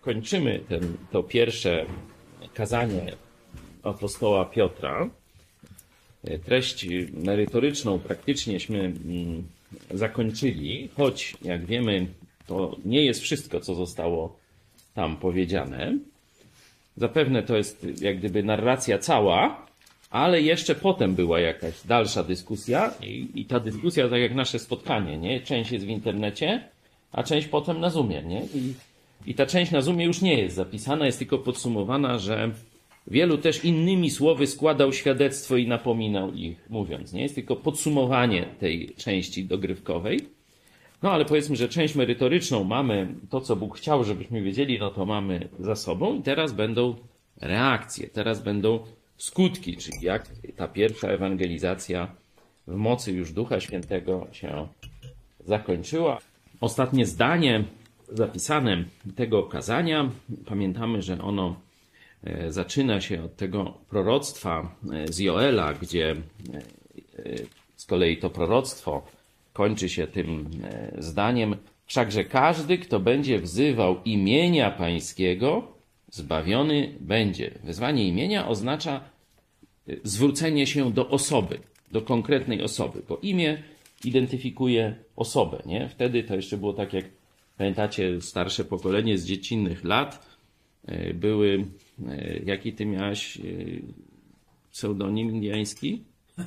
kończymy to pierwsze kazanie apostoła Piotra. Treść merytoryczną praktycznie zakończyli, choć jak wiemy, to nie jest wszystko, co zostało tam powiedziane. Zapewne to jest jak gdyby narracja cała, ale jeszcze potem była jakaś dalsza dyskusja i ta dyskusja, tak jak nasze spotkanie, nie? Część jest w internecie, a część potem na Zoomie, nie? I ta część na Zoomie już nie jest zapisana, jest tylko podsumowana, że wielu też innymi słowy składał świadectwo i napominał ich, mówiąc, nie? Jest tylko podsumowanie tej części dogrywkowej. No ale powiedzmy, że część merytoryczną mamy, to co Bóg chciał, żebyśmy wiedzieli, no to mamy za sobą i teraz będą reakcje, teraz będą skutki, czyli jak ta pierwsza ewangelizacja w mocy już Ducha Świętego się zakończyła. Ostatnie zdanie zapisane tego kazania, pamiętamy, że ono zaczyna się od tego proroctwa z Joela, gdzie z kolei to proroctwo kończy się tym zdaniem: wszakże każdy, kto będzie wzywał imienia Pańskiego, zbawiony będzie. Wezwanie imienia oznacza zwrócenie się do osoby, do konkretnej osoby, bo imię identyfikuje osobę, nie? Wtedy to jeszcze było tak, jak pamiętacie, starsze pokolenie z dziecinnych lat były, jaki ty miałeś pseudonim indiański?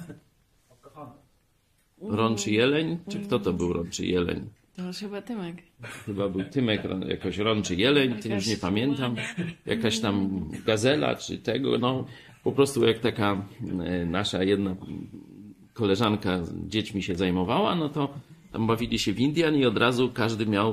Rączy Jeleń? Czy kto to był Rączy Jeleń? To już chyba Tymek. Chyba był Tymek, jakoś Rączy Jeleń, ty już nie pamiętam. Jakaś tam gazela czy tego, no po prostu jak taka nasza jedna koleżanka z dziećmi się zajmowała, no to tam bawili się w Indian i od razu każdy miał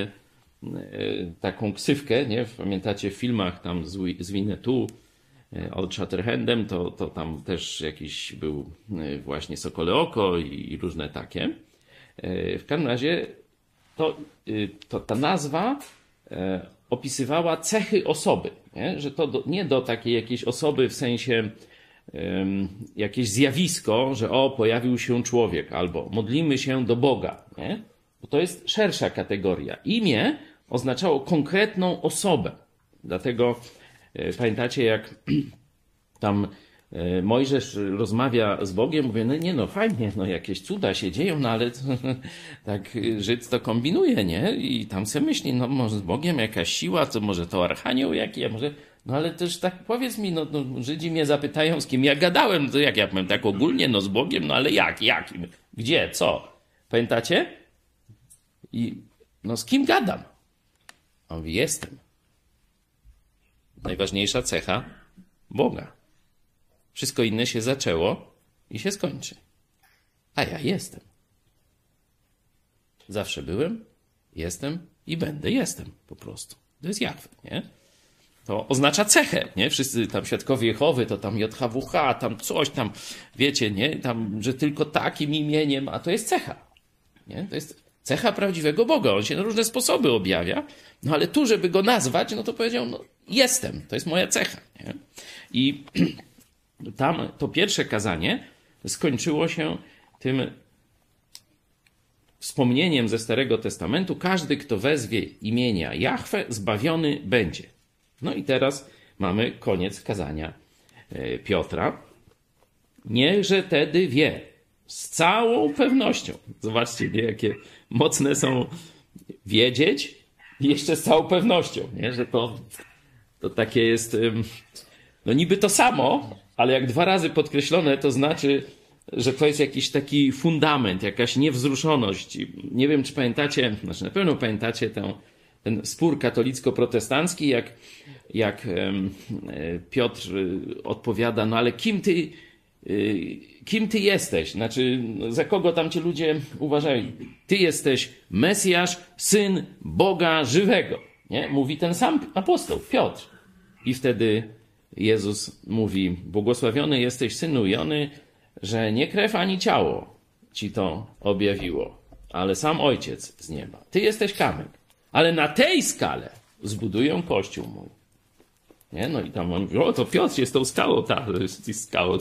taką ksywkę, nie? Pamiętacie w filmach tam z Winnetou, Old Shatterhandem, to tam też jakiś był właśnie Sokole Oko i różne takie. W każdym razie ta nazwa opisywała cechy osoby, nie? Że to nie do takiej jakiejś osoby w sensie jakieś zjawisko, że pojawił się człowiek, albo modlimy się do Boga, nie? Bo to jest szersza kategoria. Imię oznaczało konkretną osobę. Dlatego pamiętacie, jak tam Mojżesz rozmawia z Bogiem, mówi, no fajnie, no jakieś cuda się dzieją, no ale tak Żyd to kombinuje, nie? I tam sobie myśli, no może z Bogiem jakaś siła, to może to archanioł jaki, a może... No ale też tak powiedz mi, no Żydzi mnie zapytają, z kim ja gadałem, to jak ja powiem tak ogólnie, no z Bogiem, no ale jakim? Gdzie? Co? Pamiętacie? I no z kim gadam? On mówi, jestem. Najważniejsza cecha Boga. Wszystko inne się zaczęło i się skończy. A ja jestem. Zawsze byłem, jestem i będę. Jestem po prostu. To jest Jahwe, nie? To oznacza cechę, nie? Wszyscy tam świadkowie Jehowy, to tam JHWH, tam coś tam, wiecie, nie? Tam, że tylko takim imieniem, a to jest cecha, nie? To jest cecha prawdziwego Boga. On się na różne sposoby objawia, no ale tu, żeby go nazwać, no to powiedział, no jestem, to jest moja cecha, nie? I tam to pierwsze kazanie skończyło się tym wspomnieniem ze Starego Testamentu: każdy, kto wezwie imienia Jahwe, zbawiony będzie. No i teraz mamy koniec kazania Piotra. Niechże tedy wie, z całą pewnością. Zobaczcie, nie, jakie mocne są wiedzieć i jeszcze z całą pewnością, nie? Że to takie jest, no niby to samo, ale jak dwa razy podkreślone, to znaczy, że to jest jakiś taki fundament, jakaś niewzruszoność. Nie wiem, czy pamiętacie, znaczy na pewno pamiętacie ten spór katolicko-protestancki, jak Piotr odpowiada, no ale kim ty jesteś? Znaczy, za kogo tam ci ludzie uważają? Ty jesteś Mesjasz, Syn Boga żywego. Nie? Mówi ten sam apostoł, Piotr. I wtedy Jezus mówi: błogosławiony jesteś, Synu Jony, że nie krew ani ciało ci to objawiło, ale sam Ojciec z nieba. Ty jesteś kamyk. Ale na tej skale zbuduję Kościół mój. Nie? No i tam on mówi, to Piotr jest tą skałą, skałą.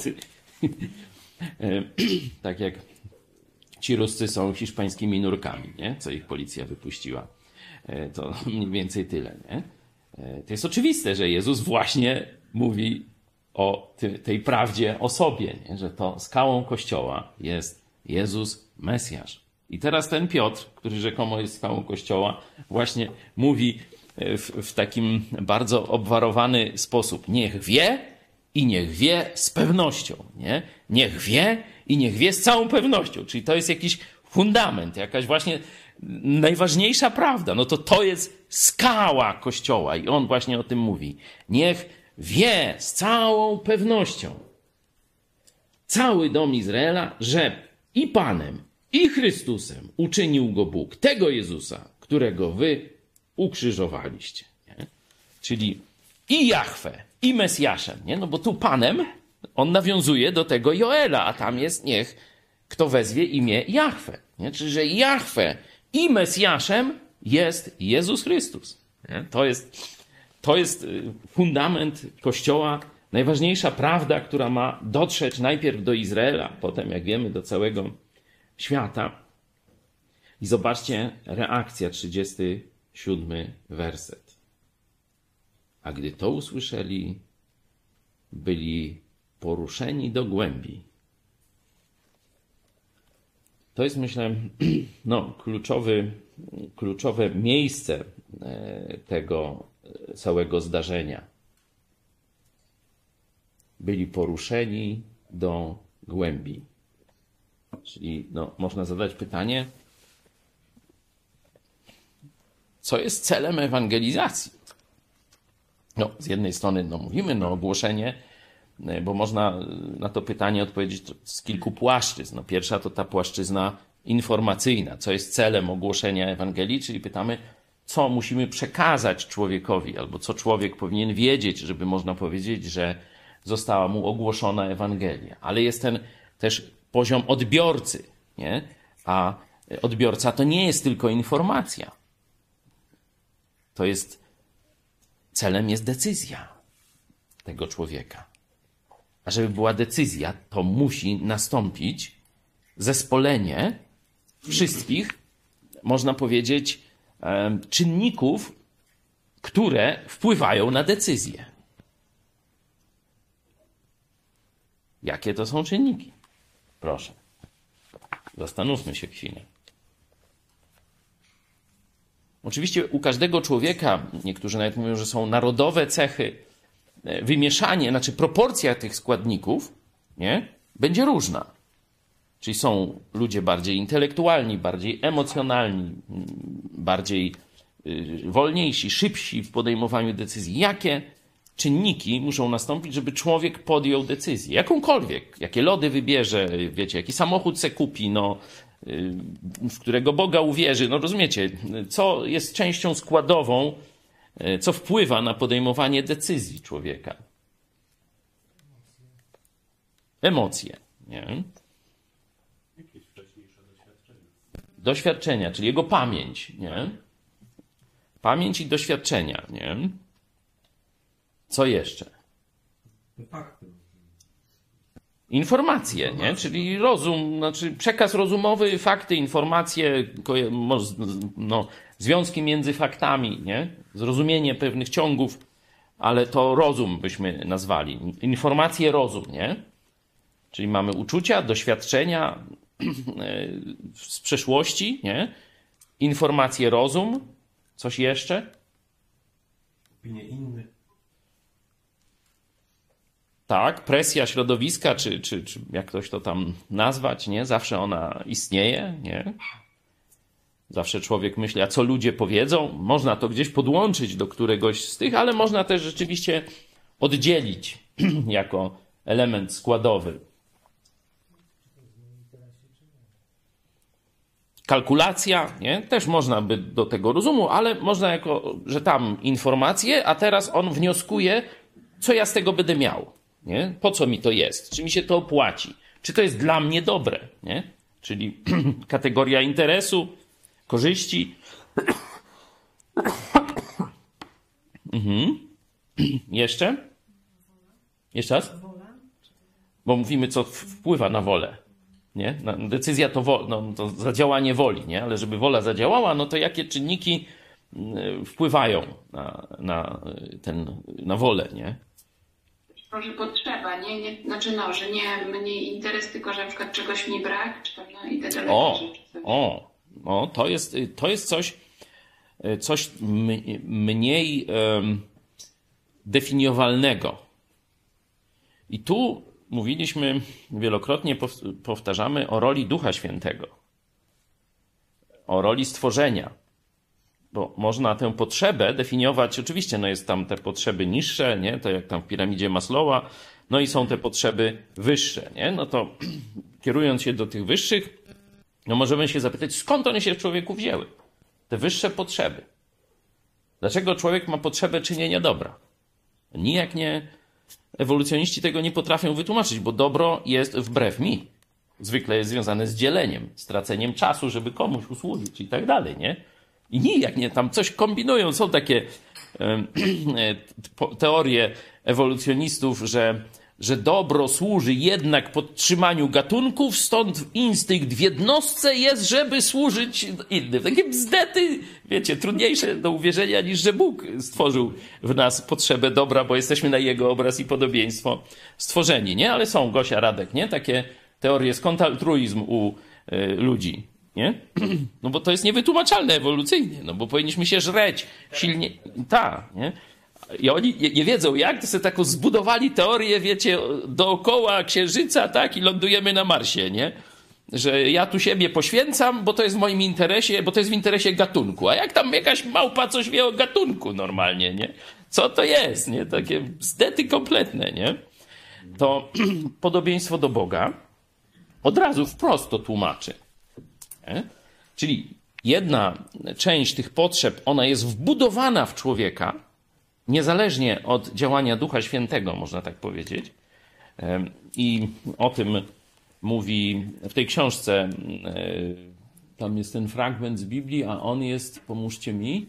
Tak jak ci Ruscy są hiszpańskimi nurkami, nie? Co ich policja wypuściła. To mniej więcej tyle, nie? To jest oczywiste, że Jezus właśnie mówi o tej prawdzie o sobie, nie? Że to skałą Kościoła jest Jezus Mesjasz. I teraz ten Piotr, który rzekomo jest skałą Kościoła, właśnie mówi w takim bardzo obwarowany sposób. Niech wie i niech wie z pewnością. Nie? Niech wie i niech wie z całą pewnością. Czyli to jest jakiś fundament, jakaś właśnie najważniejsza prawda. No to jest skała Kościoła i on właśnie o tym mówi. Niech wie z całą pewnością cały dom Izraela, że i Panem, i Chrystusem uczynił go Bóg, tego Jezusa, którego wy ukrzyżowaliście. Nie? Czyli i Jahwe, i Mesjaszem, nie? No bo tu Panem on nawiązuje do tego Joela, a tam jest niech kto wezwie imię Jahwe. Nie? Czyli że Jahwe i Mesjaszem jest Jezus Chrystus. Nie? To jest fundament Kościoła, najważniejsza prawda, która ma dotrzeć najpierw do Izraela, potem, jak wiemy, do całego świata. I zobaczcie reakcja, 37 werset. A gdy to usłyszeli, byli poruszeni do głębi. To jest, myślę, kluczowe miejsce tego całego zdarzenia. Byli poruszeni do głębi. Czyli można zadać pytanie, co jest celem ewangelizacji? Z jednej strony mówimy ogłoszenie, bo można na to pytanie odpowiedzieć z kilku płaszczyzn. Pierwsza to ta płaszczyzna informacyjna, co jest celem ogłoszenia Ewangelii, czyli pytamy, co musimy przekazać człowiekowi, albo co człowiek powinien wiedzieć, żeby można powiedzieć, że została mu ogłoszona Ewangelia. Ale jest ten też poziom odbiorcy, nie? A odbiorca to nie jest tylko informacja. Celem jest decyzja tego człowieka. A żeby była decyzja, to musi nastąpić zespolenie wszystkich, można powiedzieć, czynników, które wpływają na decyzję. Jakie to są czynniki? Proszę. Zastanówmy się chwilę. Oczywiście u każdego człowieka, niektórzy nawet mówią, że są narodowe cechy, wymieszanie, proporcja tych składników, nie, będzie różna. Czyli są ludzie bardziej intelektualni, bardziej emocjonalni, bardziej wolniejsi, szybsi w podejmowaniu decyzji. Jakie czynniki muszą nastąpić, żeby człowiek podjął decyzję? Jakąkolwiek. Jakie lody wybierze, wiecie, jaki samochód se kupi, w którego Boga uwierzy. Rozumiecie, co jest częścią składową, co wpływa na podejmowanie decyzji człowieka. Emocje. Nie? Jakieś wcześniejsze doświadczenia. Doświadczenia, czyli jego pamięć. Nie? Pamięć i doświadczenia. Nie? Co jeszcze? Fakty. Informacje, nie? Czyli rozum, przekaz rozumowy, fakty, informacje, związki między faktami, nie? Zrozumienie pewnych ciągów, ale to rozum byśmy nazwali. Informacje, rozum, nie? Czyli mamy uczucia, doświadczenia z przeszłości, nie? Informacje, rozum, coś jeszcze? Opinie innych. Tak, presja środowiska, czy jak ktoś to tam nazwać, nie? Zawsze ona istnieje, nie? Zawsze człowiek myśli, a co ludzie powiedzą? Można to gdzieś podłączyć do któregoś z tych, ale można też rzeczywiście oddzielić jako element składowy. Kalkulacja, nie? Też można by do tego rozumu, ale można że tam informacje, a teraz on wnioskuje, co ja z tego będę miał. Nie? Po co mi to jest? Czy mi się to opłaci? Czy to jest dla mnie dobre? Nie? Czyli kategoria interesu, korzyści. Jeszcze? Jeszcze raz? Bo mówimy, co wpływa na wolę. Nie? Decyzja to zadziałanie woli, nie? Ale żeby wola zadziałała, to jakie czynniki wpływają na wolę, nie? Może potrzeba, nie, znaczy no, że nie mniej interes, tylko że na przykład czegoś mi brak, czy tam no, i te dalekie rzeczy. To jest coś mniej definiowalnego. I tu mówiliśmy wielokrotnie, powtarzamy o roli Ducha Świętego, o roli stworzenia, bo można tę potrzebę definiować, oczywiście no jest tam te potrzeby niższe, nie? To jak tam w piramidzie Maslowa, no i są te potrzeby wyższe, nie? No to kierując się do tych wyższych, no możemy się zapytać, skąd one się w człowieku wzięły? Te wyższe potrzeby. Dlaczego człowiek ma potrzebę czynienia dobra? Nijak nie, ewolucjoniści tego nie potrafią wytłumaczyć, bo dobro jest wbrew mi. Zwykle jest związane z dzieleniem, z traceniem czasu, żeby komuś usłużyć i tak dalej, nie? I nijak nie, tam coś kombinują. Są takie teorie ewolucjonistów, że dobro służy jednak podtrzymaniu gatunków, stąd instynkt w jednostce jest, żeby służyć innym. Takie bzdety, wiecie, trudniejsze do uwierzenia niż, że Bóg stworzył w nas potrzebę dobra, bo jesteśmy na Jego obraz i podobieństwo stworzeni, nie? Ale są, Gosia Radek, nie? Takie teorie, skąd altruizm u ludzi, nie? No bo to jest niewytłumaczalne ewolucyjnie, no bo powinniśmy się żreć silnie, nie? I oni nie wiedzą jak, to sobie taką zbudowali teorię, wiecie, dookoła Księżyca, tak, i lądujemy na Marsie, nie? Że ja tu siebie poświęcam, bo to jest w moim interesie, bo to jest w interesie gatunku. A jak tam jakaś małpa coś wie o gatunku normalnie, nie? Co to jest, nie? Takie bzdety kompletne, nie? To podobieństwo do Boga od razu wprost to tłumaczy. Nie? Czyli jedna część tych potrzeb, ona jest wbudowana w człowieka, niezależnie od działania Ducha Świętego, można tak powiedzieć. I o tym mówi w tej książce, tam jest ten fragment z Biblii, a on jest, pomóżcie mi,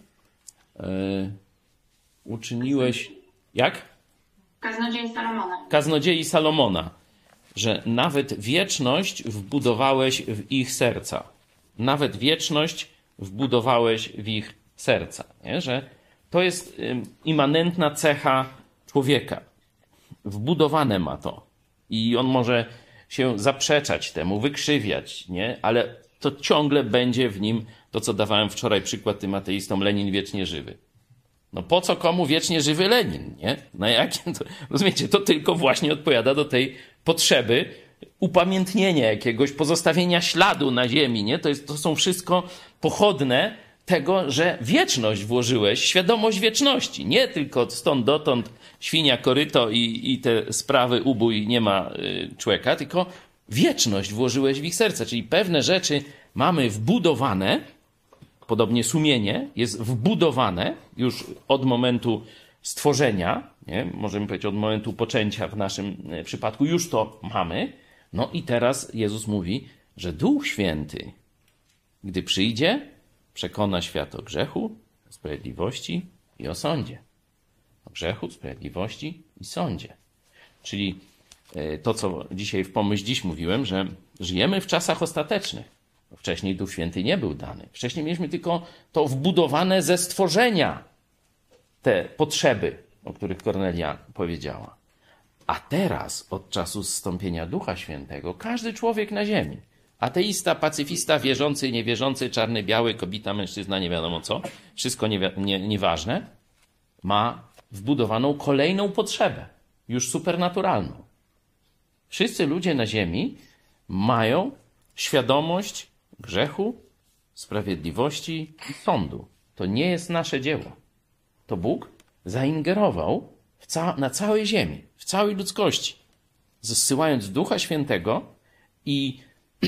uczyniłeś, jak? Kaznodziei Salomona. Kaznodziei Salomona, że nawet wieczność wbudowałeś w ich serca. Nawet wieczność wbudowałeś w ich serca. Nie? Że to jest immanentna cecha człowieka. Wbudowane ma to. I on może się zaprzeczać temu, wykrzywiać, nie? Ale to ciągle będzie w nim to, co dawałem wczoraj przykład tym ateistom, Lenin wiecznie żywy. No po co komu wiecznie żywy Lenin, nie? No jak, to, rozumiecie, to tylko właśnie odpowiada do tej potrzeby upamiętnienia jakiegoś, pozostawienia śladu na ziemi, nie? To są wszystko pochodne tego, że wieczność włożyłeś, świadomość wieczności. Nie tylko stąd dotąd świnia, koryto i te sprawy ubój nie ma człowieka, tylko wieczność włożyłeś w ich serce. Czyli pewne rzeczy mamy wbudowane, podobnie sumienie jest wbudowane już od momentu stworzenia, nie? Możemy powiedzieć od momentu poczęcia w naszym przypadku, już to mamy. No i teraz Jezus mówi, że Duch Święty, gdy przyjdzie, przekona świat o grzechu, o sprawiedliwości i o sądzie. O grzechu, sprawiedliwości i sądzie. Czyli to, co dzisiaj w Pomyśl Dziś mówiłem, że żyjemy w czasach ostatecznych. Wcześniej Duch Święty nie był dany. Wcześniej mieliśmy tylko to wbudowane ze stworzenia, te potrzeby, o których Kornelia powiedziała. A teraz, od czasu zstąpienia Ducha Świętego, każdy człowiek na ziemi, ateista, pacyfista, wierzący, niewierzący, czarny, biały, kobieta, mężczyzna, nie wiadomo co, wszystko nieważne, ma wbudowaną kolejną potrzebę, już supernaturalną. Wszyscy ludzie na ziemi mają świadomość grzechu, sprawiedliwości i sądu. To nie jest nasze dzieło. To Bóg zaingerował na całej ziemi, w całej ludzkości, zsyłając Ducha Świętego i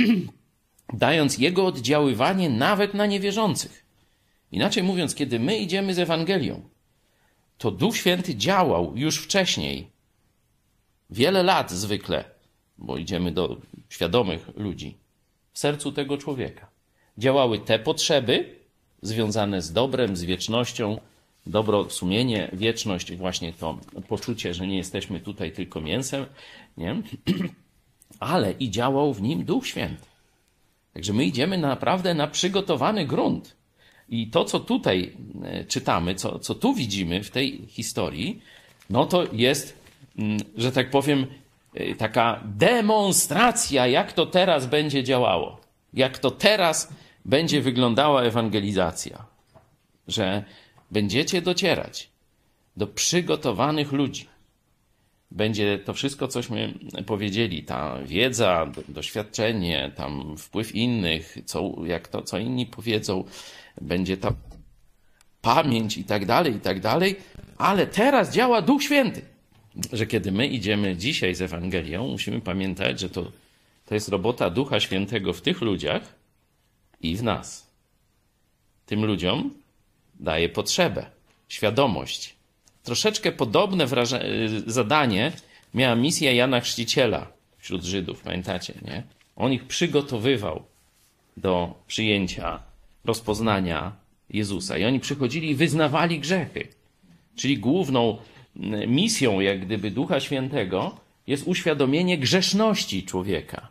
dając Jego oddziaływanie nawet na niewierzących. Inaczej mówiąc, kiedy my idziemy z Ewangelią, to Duch Święty działał już wcześniej, wiele lat zwykle, bo idziemy do świadomych ludzi, w sercu tego człowieka. Działały te potrzeby związane z dobrem, z wiecznością, dobro, sumienie, wieczność, właśnie to poczucie, że nie jesteśmy tutaj tylko mięsem, nie? Ale i działał w nim Duch Święty. Także my idziemy naprawdę na przygotowany grunt. I to, co tutaj czytamy, co tu widzimy w tej historii, no to jest, że tak powiem, taka demonstracja, jak to teraz będzie działało. Jak to teraz będzie wyglądała ewangelizacja. Że będziecie docierać do przygotowanych ludzi. Będzie to wszystko, cośmy powiedzieli, ta wiedza, doświadczenie, tam wpływ innych, co inni powiedzą, będzie ta pamięć i tak dalej, ale teraz działa Duch Święty. Że kiedy my idziemy dzisiaj z Ewangelią, musimy pamiętać, że to jest robota Ducha Świętego w tych ludziach i w nas. Tym ludziom daje potrzebę, świadomość. Troszeczkę podobne zadanie miała misja Jana Chrzciciela wśród Żydów, pamiętacie, nie? On ich przygotowywał do przyjęcia, rozpoznania Jezusa. I oni przychodzili i wyznawali grzechy. Czyli główną misją, jak gdyby, Ducha Świętego jest uświadomienie grzeszności człowieka.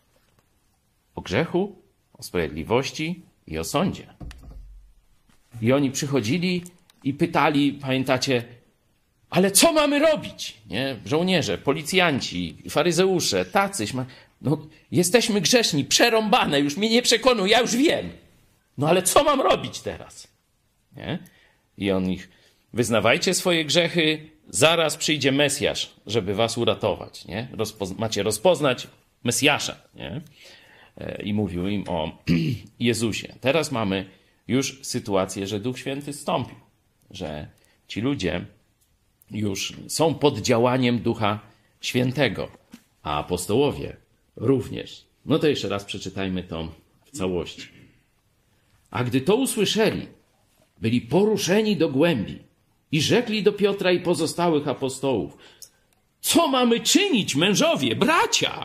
O grzechu, o sprawiedliwości i o sądzie. I oni przychodzili i pytali, pamiętacie, ale co mamy robić? Nie? Żołnierze, policjanci, faryzeusze, tacyś. No, jesteśmy grzeszni, przerąbane, już mnie nie przekonuj, ja już wiem. No ale co mam robić teraz? Nie? I on ich, wyznawajcie swoje grzechy, zaraz przyjdzie Mesjasz, żeby was uratować. Nie? Macie rozpoznać Mesjasza. Nie? I mówił im o Jezusie. Teraz mamy już sytuację, że Duch Święty zstąpił, że ci ludzie już są pod działaniem Ducha Świętego, a apostołowie również. No to jeszcze raz przeczytajmy to w całości. A gdy to usłyszeli, byli poruszeni do głębi i rzekli do Piotra i pozostałych apostołów: co mamy czynić, mężowie, bracia?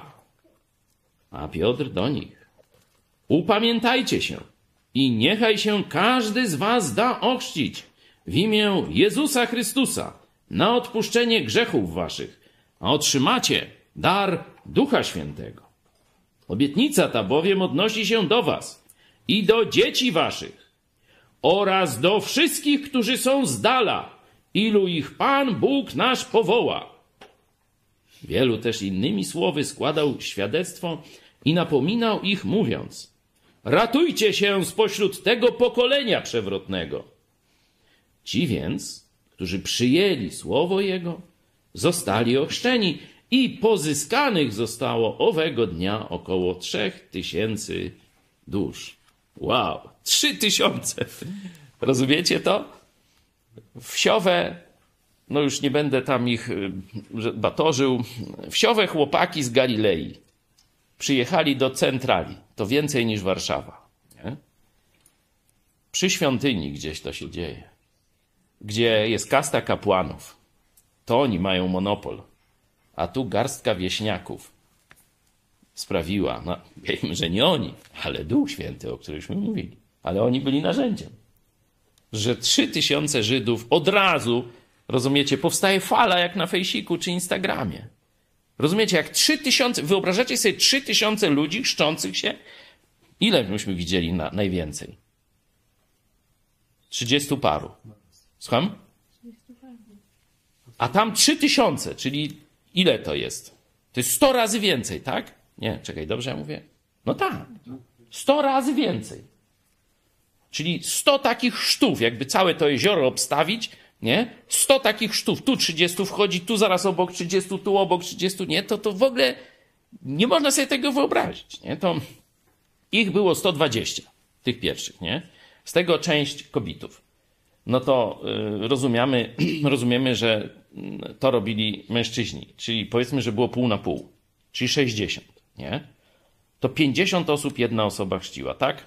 A Piotr do nich: upamiętajcie się i niechaj się każdy z was da ochrzcić w imię Jezusa Chrystusa na odpuszczenie grzechów waszych, a otrzymacie dar Ducha Świętego. Obietnica ta bowiem odnosi się do was i do dzieci waszych oraz do wszystkich, którzy są z dala, ilu ich Pan Bóg nasz powoła. Wielu też innymi słowy składał świadectwo i napominał ich, mówiąc: ratujcie się spośród tego pokolenia przewrotnego. Ci więc, którzy przyjęli słowo Jego, zostali ochrzczeni i pozyskanych zostało owego dnia około 3000 dusz. Wow, 3000! Rozumiecie to? Wsiowe, no już nie będę tam ich batorzył, wsiowe chłopaki z Galilei przyjechali do centrali. To więcej niż Warszawa. Nie? Przy świątyni gdzieś to się dzieje. Gdzie jest kasta kapłanów. To oni mają monopol. A tu garstka wieśniaków sprawiła, no wiemy, że nie oni, ale Duch Święty, o którymśmy mówili. Ale oni byli narzędziem. Że 3000 Żydów od razu, rozumiecie, powstaje fala jak na Fejsiku czy Instagramie. Rozumiecie, jak 3000, wyobrażacie sobie 3000 ludzi chrzczących się? Ile myśmy widzieli najwięcej? 30 paru. Słucham? A tam 3000, czyli ile to jest? To jest 100 razy więcej, tak? Nie, czekaj, dobrze ja mówię? No tak, 100 razy więcej. Czyli 100 takich chrztów, jakby całe to jezioro obstawić, nie? 100 takich chrztów, tu 30 wchodzi, tu zaraz obok 30, tu obok 30, nie? To w ogóle nie można sobie tego wyobrazić, nie? To ich było 120, tych pierwszych, nie? Z tego część kobitów. No to rozumiemy, że to robili mężczyźni, czyli powiedzmy, że było pół na pół, czyli 60, nie? To 50 osób jedna osoba chrzciła, tak?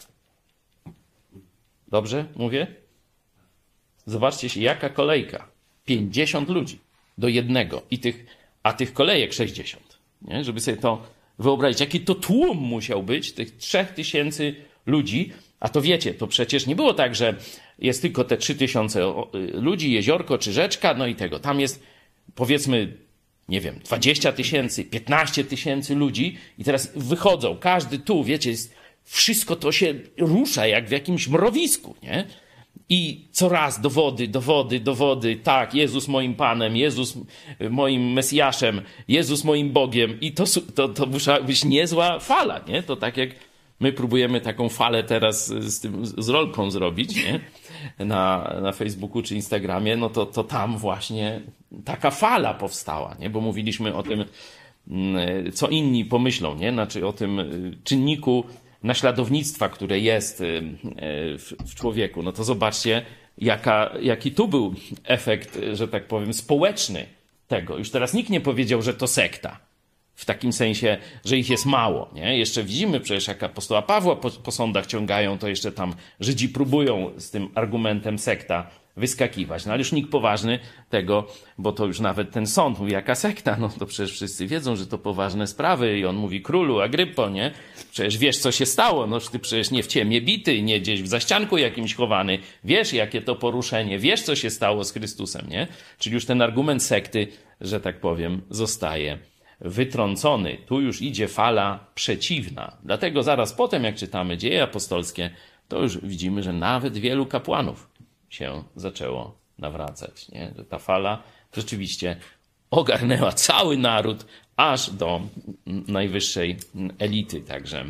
Dobrze mówię? Zobaczcie się, jaka kolejka. 50 ludzi do jednego. A tych kolejek 60. Nie? Żeby sobie to wyobrazić. Jaki to tłum musiał być, tych 3000 ludzi. A to wiecie, to przecież nie było tak, że jest tylko te 3000 ludzi, jeziorko czy rzeczka, no i tego. Tam jest, powiedzmy, nie wiem, 20 000, 15 000 ludzi i teraz wychodzą. Każdy tu, wiecie, jest wszystko to się rusza jak w jakimś mrowisku, nie? I coraz dowody, tak, Jezus moim Panem, Jezus moim Mesjaszem, Jezus moim Bogiem. I to musiała być niezła fala, nie? To tak jak my próbujemy taką falę teraz z rolką zrobić, nie? Na Facebooku czy Instagramie, no to tam właśnie taka fala powstała, nie? Bo mówiliśmy o tym, co inni pomyślą, nie? Znaczy o tym czynniku naśladownictwa, które jest w człowieku. No to zobaczcie, jaki tu był efekt, że tak powiem, społeczny tego. Już teraz nikt nie powiedział, że to sekta. W takim sensie, że ich jest mało, nie? Jeszcze widzimy przecież, jak apostoła Pawła po sądach ciągają, to jeszcze tam Żydzi próbują z tym argumentem sekta wyskakiwać. No ale już nikt poważny tego, bo to już nawet ten sąd mówi, jaka sekta? No to przecież wszyscy wiedzą, że to poważne sprawy i on mówi, królu Agryppo, nie? Przecież wiesz, co się stało, no ty przecież nie w ciemie bity, nie gdzieś w zaścianku jakimś chowany, wiesz, jakie to poruszenie, wiesz, co się stało z Chrystusem, nie? Czyli już ten argument sekty, że tak powiem, zostaje wytrącony. Tu już idzie fala przeciwna. Dlatego zaraz potem, jak czytamy Dzieje apostolskie, to już widzimy, że nawet wielu kapłanów się zaczęło nawracać. Nie? Że ta fala rzeczywiście ogarnęła cały naród aż do najwyższej elity. Także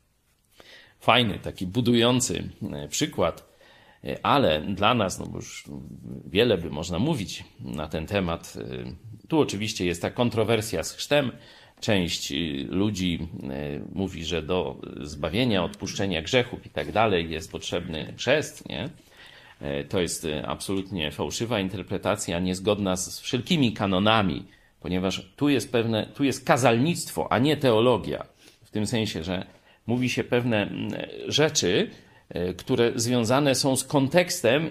fajny, taki budujący przykład, ale dla nas, no bo już wiele by można mówić na ten temat. Tu oczywiście jest ta kontrowersja z chrztem. Część ludzi mówi, że do zbawienia, odpuszczenia grzechów i tak dalej jest potrzebny chrzest, nie? To jest absolutnie fałszywa interpretacja, niezgodna z wszelkimi kanonami, ponieważ tu jest kazalnictwo, a nie teologia. W tym sensie, że mówi się pewne rzeczy, które związane są z kontekstem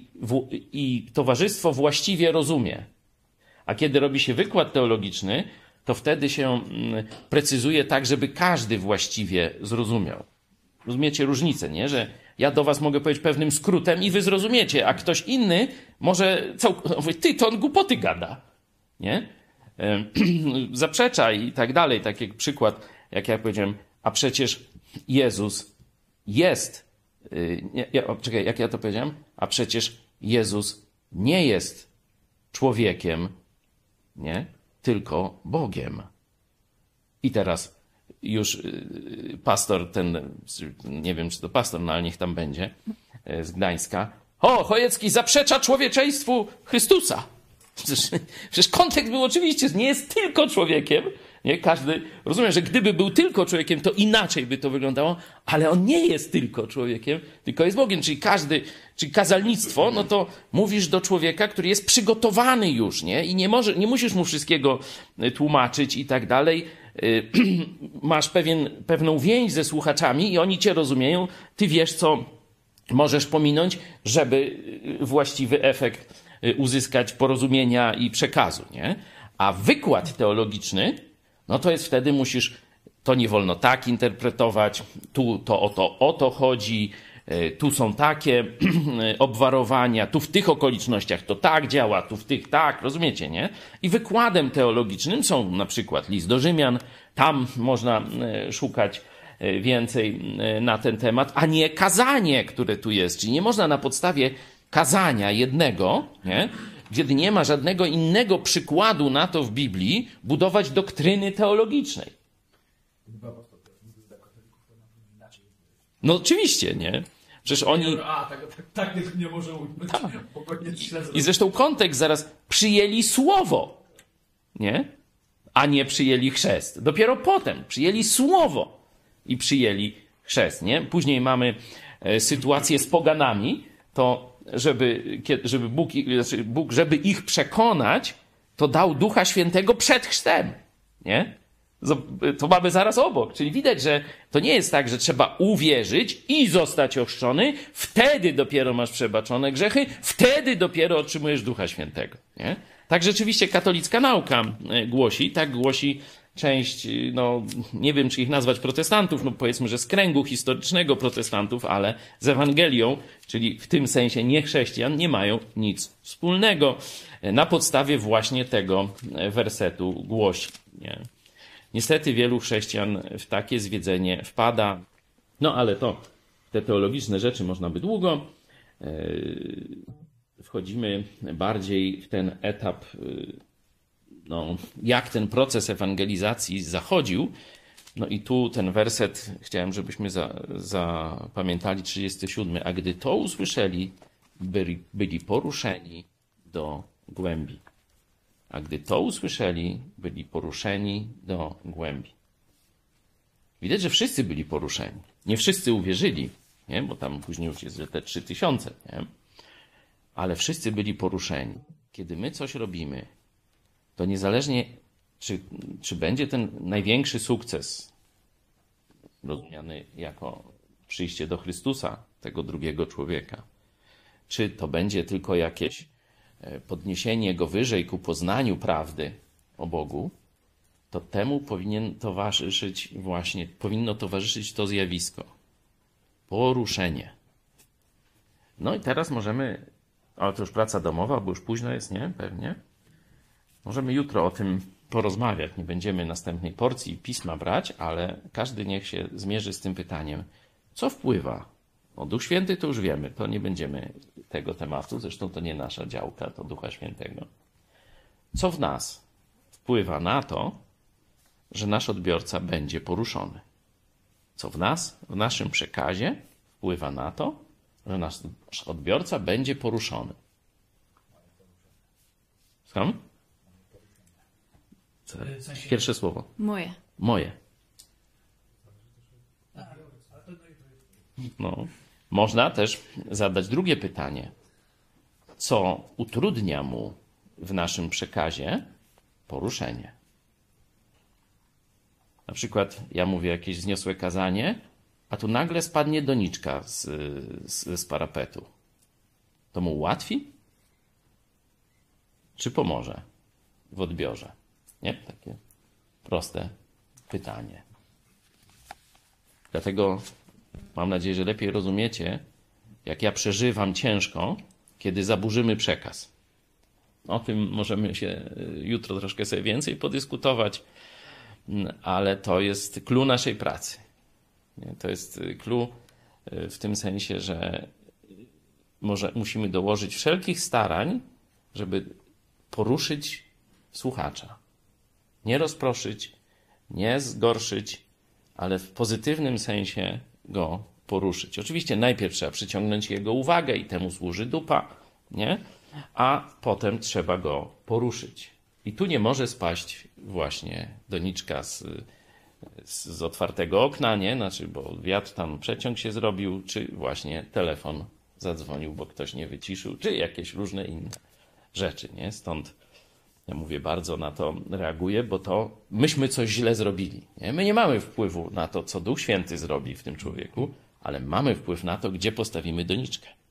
i towarzystwo właściwie rozumie. A kiedy robi się wykład teologiczny, to wtedy się precyzuje tak, żeby każdy właściwie zrozumiał. Rozumiecie różnicę, nie? Że ja do was mogę powiedzieć pewnym skrótem i wy zrozumiecie, a ktoś inny może ty, to on głupoty gada, nie? Zaprzecza i tak dalej. Tak jak przykład, jak ja powiedziałem, a przecież Jezus jest, czekaj, jak ja to powiedziałem? A przecież Jezus nie jest człowiekiem, nie? Tylko Bogiem. I teraz już pastor ten, nie wiem czy to pastor, no ale niech tam będzie, z Gdańska. Chojecki zaprzecza człowieczeństwu Chrystusa. Przecież kontekst był oczywiście, nie jest tylko człowiekiem. Nie? Każdy rozumie, że gdyby był tylko człowiekiem, to inaczej by to wyglądało, ale on nie jest tylko człowiekiem, tylko jest Bogiem. Czyli kazalnictwo, no to mówisz do człowieka, który jest przygotowany już, nie? I nie musisz mu wszystkiego tłumaczyć i tak dalej. Masz pewną więź ze słuchaczami i oni cię rozumieją. Ty wiesz, co możesz pominąć, żeby właściwy efekt uzyskać porozumienia i przekazu, nie? A wykład teologiczny, no to jest wtedy to nie wolno tak interpretować, tu to o to chodzi, tu są takie obwarowania, tu w tych okolicznościach to tak działa, tu w tych tak, rozumiecie, nie? I wykładem teologicznym są na przykład list do Rzymian, tam można szukać więcej na ten temat, a nie kazanie, które tu jest. Czyli nie można na podstawie kazania jednego, nie? Kiedy nie ma żadnego innego przykładu na to w Biblii, budować doktryny teologicznej. No oczywiście, nie? Przecież oni... Tak nie może być. Tak. I zresztą kontekst zaraz przyjęli słowo, nie? A nie przyjęli chrzest. Dopiero potem przyjęli słowo i przyjęli chrzest, nie? Później mamy sytuację z poganami, to żeby Bóg, żeby ich przekonać, to dał Ducha Świętego przed chrztem, nie? To mamy zaraz obok. Czyli widać, że to nie jest tak, że trzeba uwierzyć i zostać ochrzczony, wtedy dopiero masz przebaczone grzechy, wtedy dopiero otrzymujesz Ducha Świętego, nie? Tak rzeczywiście katolicka nauka głosi, tak głosi część, no nie wiem, czy ich nazwać protestantów, no powiedzmy, że z kręgu historycznego protestantów, ale z Ewangelią, czyli w tym sensie nie chrześcijan, nie mają nic wspólnego. Na podstawie właśnie tego wersetu głosi, nie? Niestety wielu chrześcijan w takie zwiedzenie wpada. No ale to, te teologiczne rzeczy można by długo. Wchodzimy bardziej w ten etap, no, jak ten proces ewangelizacji zachodził. No i tu ten werset, chciałem, żebyśmy zapamiętali, 37. A gdy to usłyszeli, byli poruszeni do głębi. A gdy to usłyszeli, byli poruszeni do głębi. Widać, że wszyscy byli poruszeni. Nie wszyscy uwierzyli, nie? Bo tam później już jest, że te 3000, nie? Ale wszyscy byli poruszeni. Kiedy my coś robimy, to niezależnie, czy będzie ten największy sukces, rozumiany jako przyjście do Chrystusa, tego drugiego człowieka, czy to będzie tylko jakieś podniesienie go wyżej ku poznaniu prawdy o Bogu, to temu powinno towarzyszyć to zjawisko. Poruszenie. No i teraz możemy, ale to już praca domowa, bo już późno jest, nie? Pewnie. Możemy jutro o tym porozmawiać. Nie będziemy następnej porcji pisma brać, ale każdy niech się zmierzy z tym pytaniem, co wpływa. O Duch Święty to już wiemy, to nie będziemy tego tematu, zresztą to nie nasza działka, to Ducha Świętego. Co w nas wpływa na to, że nasz odbiorca będzie poruszony? Co w nas, w naszym przekazie wpływa na to, że nasz odbiorca będzie poruszony? Słucham? Pierwsze słowo. Moje. Moje. No. Można też zadać drugie pytanie. Co utrudnia mu w naszym przekazie poruszenie? Na przykład ja mówię jakieś wzniosłe kazanie, a tu nagle spadnie doniczka z parapetu. To mu ułatwi? Czy pomoże w odbiorze? Nie? Takie proste pytanie. Dlatego mam nadzieję, że lepiej rozumiecie, jak ja przeżywam ciężko, kiedy zaburzymy przekaz. O tym możemy się jutro troszkę sobie więcej podyskutować, ale to jest clou naszej pracy. To jest clou w tym sensie, że musimy dołożyć wszelkich starań, żeby poruszyć słuchacza. Nie rozproszyć, nie zgorszyć, ale w pozytywnym sensie go poruszyć. Oczywiście najpierw trzeba przyciągnąć jego uwagę i temu służy dupa, nie? A potem trzeba go poruszyć. I tu nie może spaść właśnie doniczka z otwartego okna, nie? Znaczy, bo wiatr tam przeciąg się zrobił, czy właśnie telefon zadzwonił, bo ktoś nie wyciszył, czy jakieś różne inne rzeczy, nie? Stąd ja mówię, bardzo na to reaguję, bo to myśmy coś źle zrobili. Nie? My nie mamy wpływu na to, co Duch Święty zrobi w tym człowieku, ale mamy wpływ na to, gdzie postawimy doniczkę.